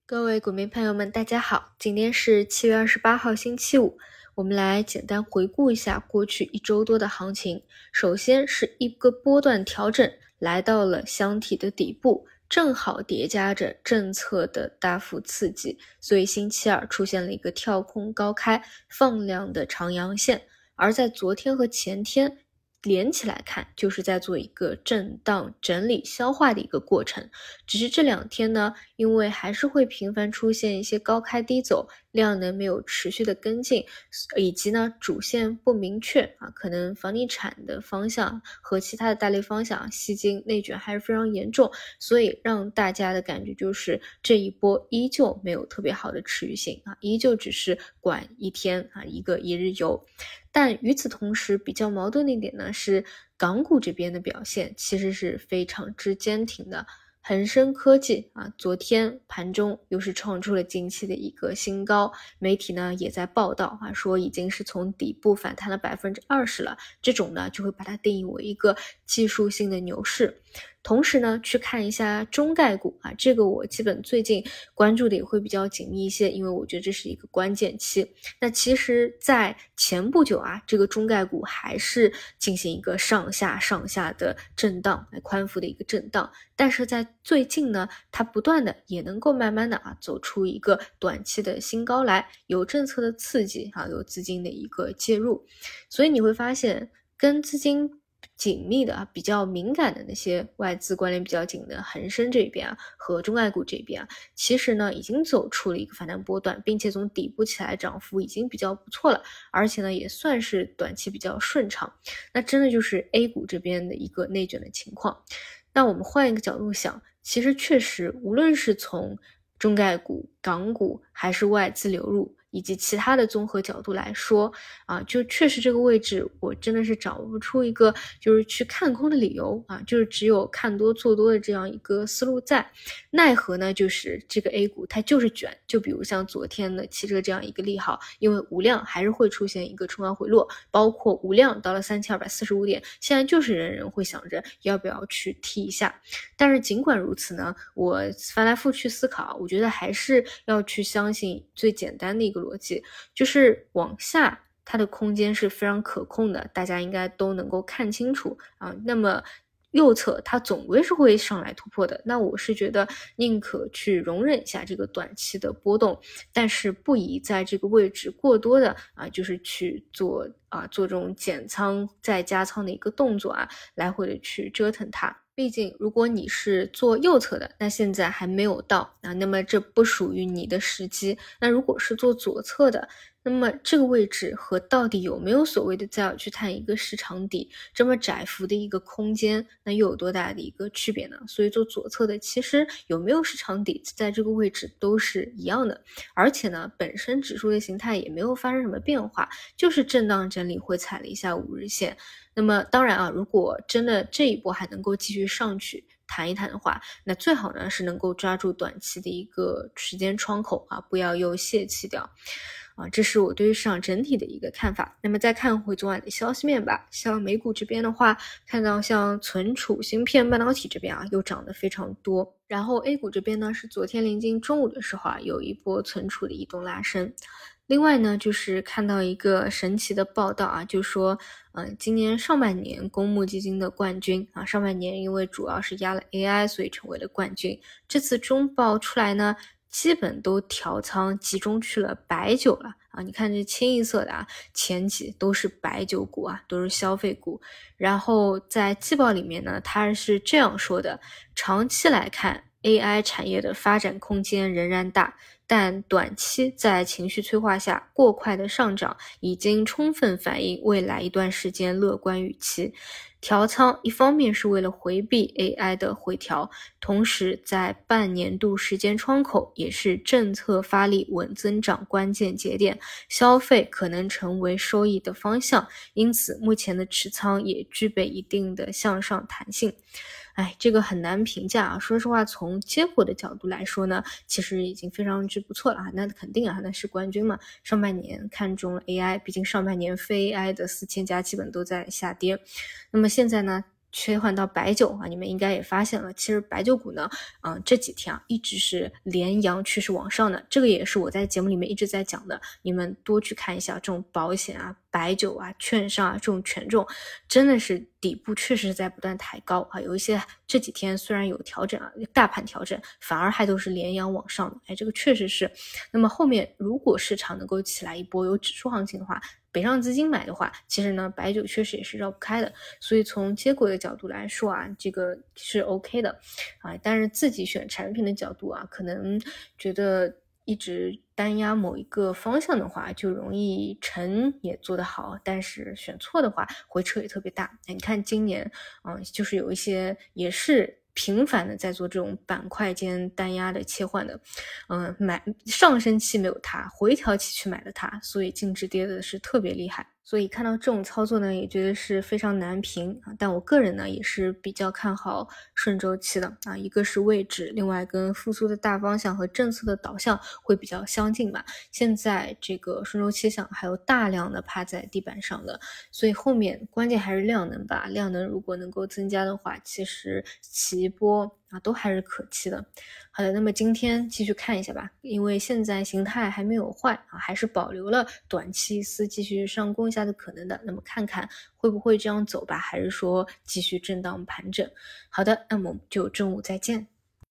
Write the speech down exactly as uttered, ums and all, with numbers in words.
各位股民朋友们，大家好，今天是七月二十八号星期五，我们来简单回顾一下过去一周多的行情。首先是一个波段调整，来到了箱体的底部，正好叠加着政策的大幅刺激，所以星期二出现了一个跳空高开放量的长阳线，而在昨天和前天连起来看，就是在做一个震荡整理消化的一个过程。只是这两天呢，因为还是会频繁出现一些高开低走，量能没有持续的跟进，以及呢主线不明确啊，可能房地产的方向和其他的大类方向吸金内卷还是非常严重，所以让大家的感觉就是这一波依旧没有特别好的持续性啊，依旧只是管一天啊一个一日游。但与此同时，比较矛盾的一点呢是港股这边的表现其实是非常之坚挺的。恒生科技啊，昨天盘中又是创出了近期的一个新高，媒体呢也在报道啊，说已经是从底部反弹了百分之二十了，这种呢就会把它定义为一个技术性的牛市。同时呢，去看一下中概股啊，这个我基本最近关注的也会比较紧密一些，因为我觉得这是一个关键期。那其实在前不久啊，这个中概股还是进行一个上下上下的震荡，来宽幅的一个震荡，但是在最近呢，它不断的也能够慢慢的啊走出一个短期的新高来，有政策的刺激啊，有资金的一个介入，所以你会发现跟资金紧密的啊，比较敏感的那些外资关联比较紧的恒生这边啊和中概股这边啊，其实呢已经走出了一个反弹波段，并且从底部起来涨幅已经比较不错了，而且呢也算是短期比较顺畅。那真的就是 A 股这边的一个内卷的情况。那我们换一个角度想，其实确实无论是从中概股、港股还是外资流入以及其他的综合角度来说啊，就确实这个位置我真的是找不出一个就是去看空的理由啊，就是只有看多做多的这样一个思路在。奈何呢，就是这个 A 股它就是卷，就比如像昨天的汽车这样一个利好，因为无量还是会出现一个冲高回落，包括无量到了三千二百四十五点，现在就是人人会想着要不要去踢一下。但是尽管如此呢，我翻来覆去思考，我觉得还是要去相信最简单的一个逻辑，就是往下它的空间是非常可控的，大家应该都能够看清楚啊。那么右侧它总归是会上来突破的，那我是觉得宁可去容忍一下这个短期的波动，但是不宜在这个位置过多的啊，就是去做啊做这种减仓再加仓的一个动作啊，来回的去折腾它。毕竟如果你是做右侧的，那现在还没有到啊，那么这不属于你的时机。那如果是做左侧的，那么这个位置和到底有没有所谓的再要去探一个市场底这么窄幅的一个空间，那又有多大的一个区别呢？所以做左侧的其实有没有市场底在这个位置都是一样的，而且呢本身指数的形态也没有发生什么变化，就是震荡整理会踩了一下五日线。那么当然啊，如果真的这一波还能够继续上去谈一谈的话，那最好呢是能够抓住短期的一个时间窗口啊，不要又泄气掉啊，这是我对于市场整体的一个看法。那么再看回昨晚的消息面吧，像美股这边的话，看到像存储芯片半导体这边啊又涨得非常多，然后 A 股这边呢是昨天临近中午的时候啊有一波存储的移动拉升。另外呢，就是看到一个神奇的报道啊，就说，呃，今年上半年公募基金的冠军啊，上半年因为主要是压了 A I， 所以成为了冠军。这次中报出来呢，基本都调仓集中去了白酒了啊，你看这清一色的啊，前几都是白酒股啊，都是消费股。然后在季报里面呢，它是这样说的：长期来看 A I 产业的发展空间仍然大，但短期在情绪催化下过快的上涨已经充分反映未来一段时间乐观预期。调仓一方面是为了回避 A I 的回调，同时在半年度时间窗口也是政策发力稳增长关键节点，消费可能成为收益的方向，因此目前的持仓也具备一定的向上弹性。哎，这个很难评价啊。说实话，从结果的角度来说呢，其实已经非常之不错了啊。那肯定啊，那是冠军嘛。上半年看中了 A I， 毕竟上半年非 A I 的四千家基本都在下跌。那么现在呢， 切换到白酒啊，你们应该也发现了，其实白酒股呢，嗯、呃，这几天啊一直是连阳趋势往上的，这个也是我在节目里面一直在讲的，你们多去看一下这种保险啊、白酒啊、券商啊这种权重，真的是底部确实是在不断抬高啊，有一些这几天虽然有调整啊，大盘调整，反而还都是连阳往上的，哎，这个确实是。那么后面如果市场能够起来一波有指数行情的话，北上资金买的话，其实呢白酒确实也是绕不开的，所以从接轨的角度来说啊，这个是 OK 的啊，但是自己选产品的角度啊，可能觉得一直单压某一个方向的话，就容易成也做得好，但是选错的话回撤也特别大。你看今年嗯，就是有一些也是频繁的在做这种板块间单压的切换的，嗯，买上升期没有它，回调期去买了它，所以净值跌的是特别厉害。所以看到这种操作呢，也觉得是非常难评啊。但我个人呢，也是比较看好顺周期的啊。一个是位置，另外跟复苏的大方向和政策的导向会比较相近吧。现在这个顺周期上还有大量的趴在地板上的，所以后面关键还是量能吧。量能如果能够增加的话，其实起一波啊都还是可期的。好的，那么今天继续看一下吧，因为现在形态还没有坏啊，还是保留了短期一丝继续上攻一下的可能的。那么看看会不会这样走吧，还是说继续震荡盘整。好的，那么我们就中午再见。